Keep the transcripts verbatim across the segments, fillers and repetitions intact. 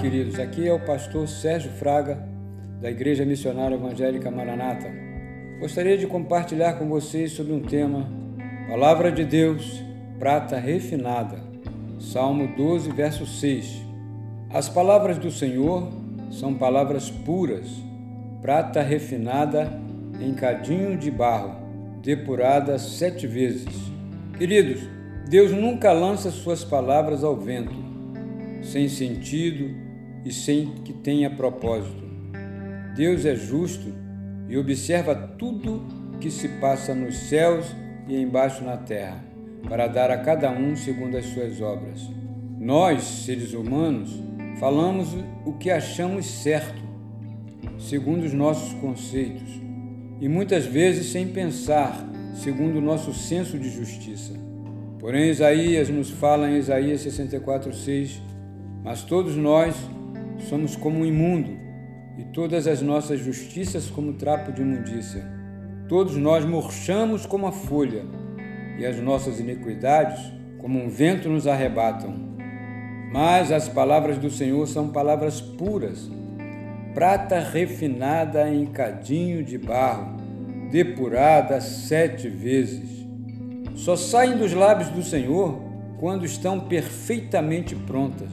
queridos, aqui é o pastor Sérgio Fraga, da Igreja Missionária Evangélica Maranata. Gostaria de compartilhar com vocês sobre um tema, Palavra de Deus, prata refinada, Salmo doze, verso seis. As palavras do Senhor são palavras puras, prata refinada em cadinho de barro, depurada sete vezes. Queridos, Deus nunca lança suas palavras ao vento, sem sentido e sem que tenha propósito. Deus é justo e observa tudo que se passa nos céus e embaixo na terra, para dar a cada um segundo as suas obras. Nós, seres humanos, falamos o que achamos certo, segundo os nossos conceitos, e muitas vezes sem pensar, segundo o nosso senso de justiça. Porém, Isaías nos fala em Isaías sessenta e quatro, seis, mas todos nós somos como um imundo, e todas as nossas justiças como trapo de imundícia. Todos nós murchamos como a folha, e as nossas iniquidades como um vento nos arrebatam. Mas as palavras do Senhor são palavras puras, prata refinada em cadinho de barro, depurada sete vezes. Só saem dos lábios do Senhor quando estão perfeitamente prontas.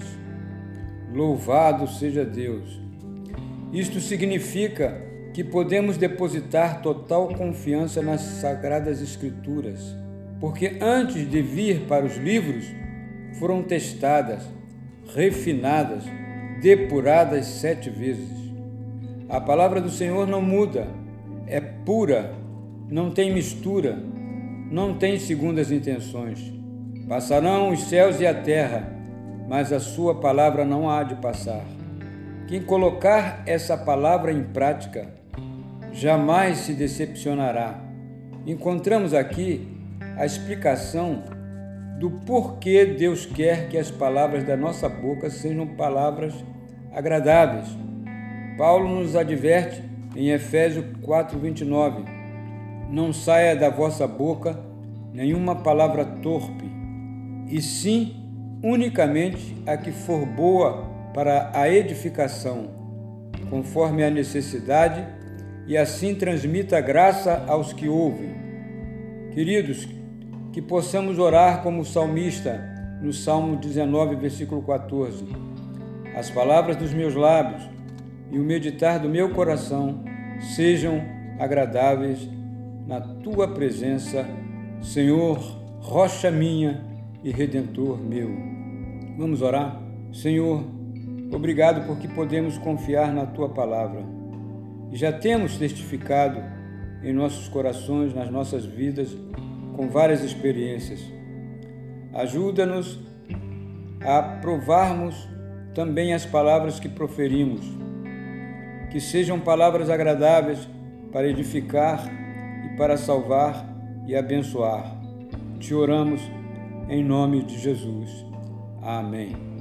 Louvado seja Deus! Isto significa que podemos depositar total confiança nas Sagradas Escrituras, porque antes de vir para os livros, foram testadas, refinadas, depuradas sete vezes. A palavra do Senhor não muda, é pura, não tem mistura, não tem segundas intenções. Passarão os céus e a terra, mas a sua palavra não há de passar. Quem colocar essa palavra em prática jamais se decepcionará. Encontramos aqui a explicação do porquê Deus quer que as palavras da nossa boca sejam palavras agradáveis. Paulo nos adverte em Efésios quatro, vinte e nove: não saia da vossa boca nenhuma palavra torpe, e sim unicamente a que for boa para a edificação, conforme a necessidade, e assim transmita graça aos que ouvem. Queridos, que possamos orar como o salmista no Salmo dezenove, versículo quatorze. As palavras dos meus lábios e o meditar do meu coração sejam agradáveis na tua presença, Senhor, rocha minha e redentor meu. Vamos orar? Senhor, obrigado porque podemos confiar na tua palavra e já temos testificado em nossos corações, nas nossas vidas, com várias experiências. Ajuda-nos a provarmos também as palavras que proferimos, que sejam palavras agradáveis para edificar e para salvar e abençoar. Te oramos em nome de Jesus. Amém.